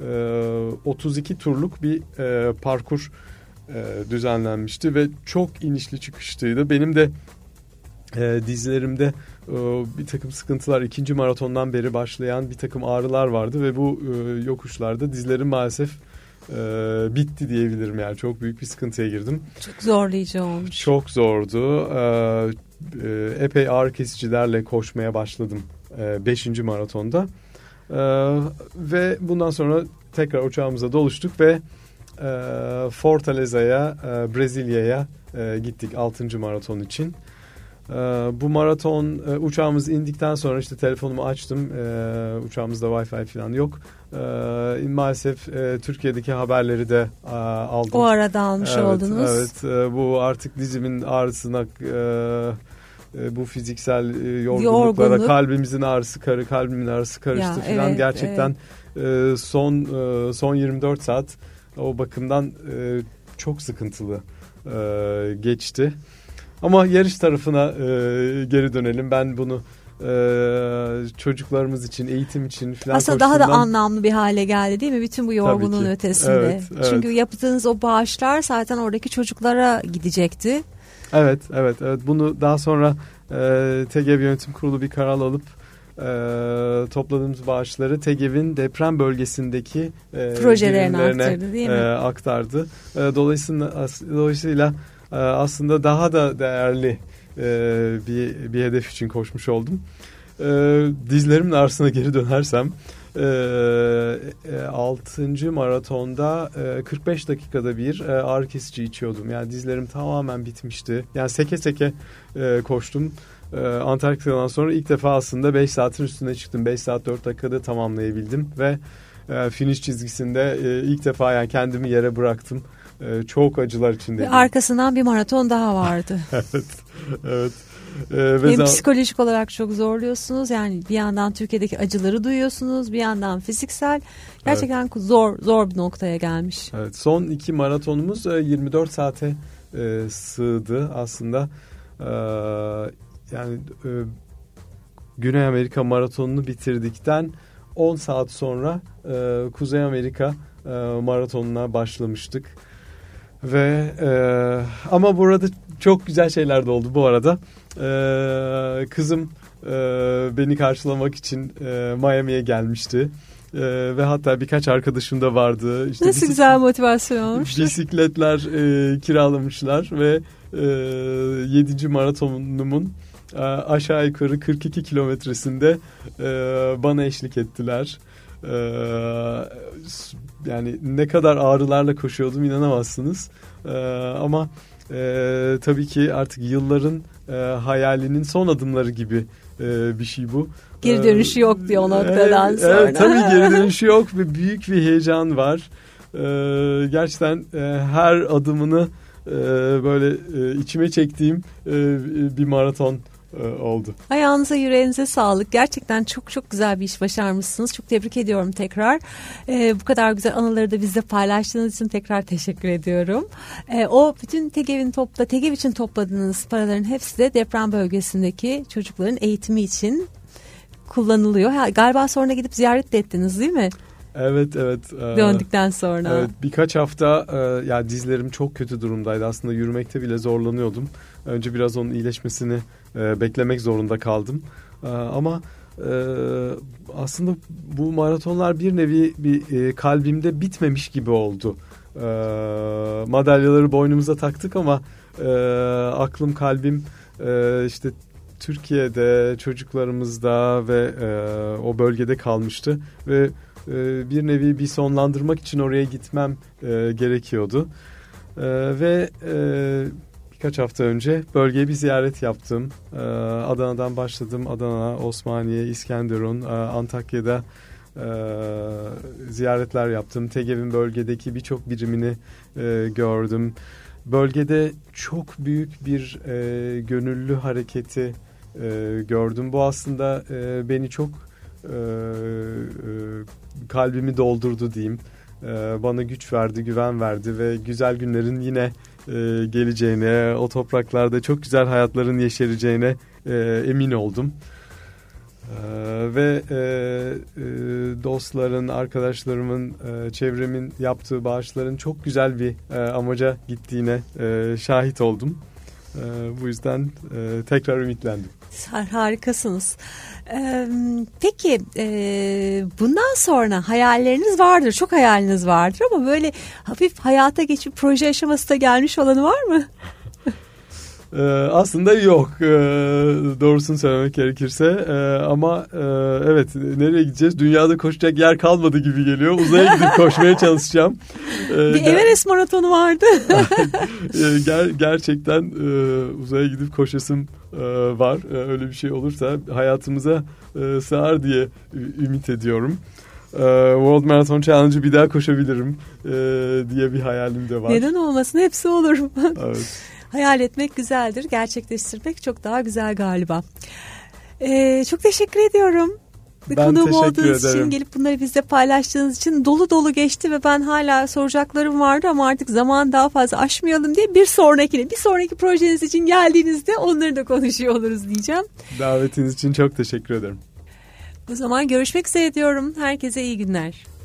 32 turluk bir parkur düzenlenmişti ve çok inişli çıkışlıydı. Benim de dizlerimde bir takım sıkıntılar, ikinci maratondan beri başlayan bir takım ağrılar vardı ve bu yokuşlarda dizlerim maalesef bitti diyebilirim. Yani çok büyük bir sıkıntıya girdim. Çok zorlayıcı olmuş. Çok zordu. Epey ağrı kesicilerle koşmaya başladım 5. maratonda. Ve bundan sonra tekrar uçağımıza doluştuk ve Fortaleza'ya, Brezilya'ya gittik 6. maraton için. Bu maraton uçağımız indikten sonra işte telefonumu açtım. Uçağımızda Wi-Fi falan yok. Maalesef Türkiye'deki haberleri de aldım. O arada almış oldunuz. Evet. Bu artık dizimin ağrısına, bu fiziksel yorgunluklara, kalbimizin ağrısı, kalbimin ağrısı karıştı falan. Evet, gerçekten son 24 saat o bakımdan çok sıkıntılı geçti. Ama yarış tarafına geri dönelim. Ben bunu çocuklarımız için, eğitim için falan aslında daha da anlamlı bir hale geldi değil mi? Bütün bu yorgunluğun ötesinde. Evet. Çünkü yaptığınız o bağışlar zaten oradaki çocuklara gidecekti. Evet. Bunu daha sonra TGV Yönetim Kurulu bir karar alıp topladığımız bağışları TGV'nin deprem bölgesindeki projelerine aktardı. Dolayısıyla aslında daha da değerli bir hedef için koşmuş oldum. Dizlerimin ağrısına geri dönersem 6. maratonda 45 dakikada bir ağrı kesici içiyordum. Yani dizlerim tamamen bitmişti. Yani seke seke koştum. Antarktika'dan sonra ilk defa aslında 5 saatin üstüne çıktım. 5 saat 4 dakikada tamamlayabildim ve finish çizgisinde ilk defa yani kendimi yere bıraktım. Çok acılar içindeydim. Arkasından bir maraton daha vardı. Evet. Hem psikolojik olarak çok zorluyorsunuz. Yani bir yandan Türkiye'deki acıları duyuyorsunuz. Bir yandan fiziksel. Gerçekten zor bir noktaya gelmiş. Evet. Son 2 maratonumuz 24 saate sığdı aslında. Yani Güney Amerika maratonunu bitirdikten 10 saat sonra Kuzey Amerika maratonuna başlamıştık. Ve ama burada çok güzel şeyler de oldu bu arada. Kızım beni karşılamak için Miami'ye gelmişti. Ve hatta birkaç arkadaşım da vardı. İşte nasıl güzel motivasyon olmuş. Bisikletler kiralamışlar ve 7. maratonumun aşağı yukarı 42 kilometresinde bana eşlik ettiler. Yani ne kadar ağrılarla koşuyordum inanamazsınız. Ama tabii ki artık yılların hayalinin son adımları gibi bir şey bu. Geri dönüşü yok diyor o noktadan sonra. Evet, tabii geri dönüşü yok ve büyük bir heyecan var. Gerçekten her adımını böyle içime çektiğim bir maraton oldu. Ayağınıza yüreğinize sağlık. Gerçekten çok çok güzel bir iş başarmışsınız. Çok tebrik ediyorum tekrar. Bu kadar güzel anıları da bizle paylaştığınız için tekrar teşekkür ediyorum. O bütün TGV için topladığınız paraların hepsi de deprem bölgesindeki çocukların eğitimi için kullanılıyor. Galiba sonra gidip ziyaret de ettiniz değil mi? Evet. Döndükten sonra. Evet, birkaç hafta ya dizlerim çok kötü durumdaydı. Aslında yürümekte bile zorlanıyordum. Önce biraz onun iyileşmesini beklemek zorunda kaldım. Ama aslında bu maratonlar bir nevi kalbimde bitmemiş gibi oldu. Madalyaları boynumuza taktık ama aklım, kalbim işte Türkiye'de, çocuklarımızda ve o bölgede kalmıştı ve bir nevi bir sonlandırmak için oraya gitmem gerekiyordu. Ve birkaç hafta önce bölgeye bir ziyaret yaptım. Adana'dan başladım. Adana, Osmaniye, İskenderun, Antakya'da ziyaretler yaptım. TEGEV'in bölgedeki birçok birimini gördüm. Bölgede çok büyük bir gönüllü hareketi gördüm. Bu aslında beni çok kalbimi doldurdu diyeyim. Bana güç verdi, güven verdi ve güzel günlerin yine geleceğine, o topraklarda çok güzel hayatların yeşereceğine emin oldum. Ve dostların, arkadaşlarımın, çevremin yaptığı bağışların çok güzel bir amaca gittiğine şahit oldum. Bu yüzden tekrar ümitlendim. Harikasınız. Peki bundan sonra hayalleriniz vardır, çok hayaliniz vardır ama böyle hafif hayata geçip proje aşaması da gelmiş olanı var mı? Aslında yok, doğrusunu söylemek gerekirse, ama evet, nereye gideceğiz? Dünyada koşacak yer kalmadı gibi geliyor. Uzaya gidip koşmaya çalışacağım. Bir Everest maratonu vardı. Gerçekten uzaya gidip koşasım var. Öyle bir şey olursa hayatımıza sığar diye ümit ediyorum. World Marathon Challenge'ı bir daha koşabilirim diye bir hayalim de var. Neden olmasın? Hepsi olur. Evet. Hayal etmek güzeldir. Gerçekleştirmek çok daha güzel galiba. Çok teşekkür ediyorum. Konuğum olduğunuz için, gelip bunları bizle paylaştığınız için. Dolu dolu geçti ve ben hala soracaklarım vardı ama artık zaman daha fazla aşmayalım diye bir sonraki projeniz için geldiğinizde onları da konuşuyor oluruz diyeceğim. Davetiniz için çok teşekkür ederim. O zaman görüşmek üzere diyorum. Herkese iyi günler.